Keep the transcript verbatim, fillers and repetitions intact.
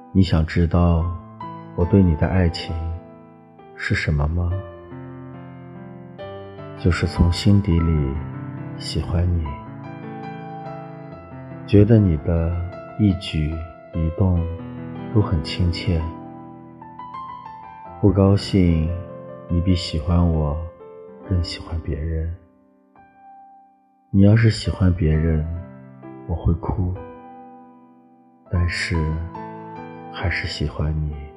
你想知道我对你的爱情是什么吗？就是从心底里喜欢你，觉得你的一举一动都很亲切，不高兴你比喜欢我更喜欢别人。你要是喜欢别人，我会哭，但是还是喜欢你。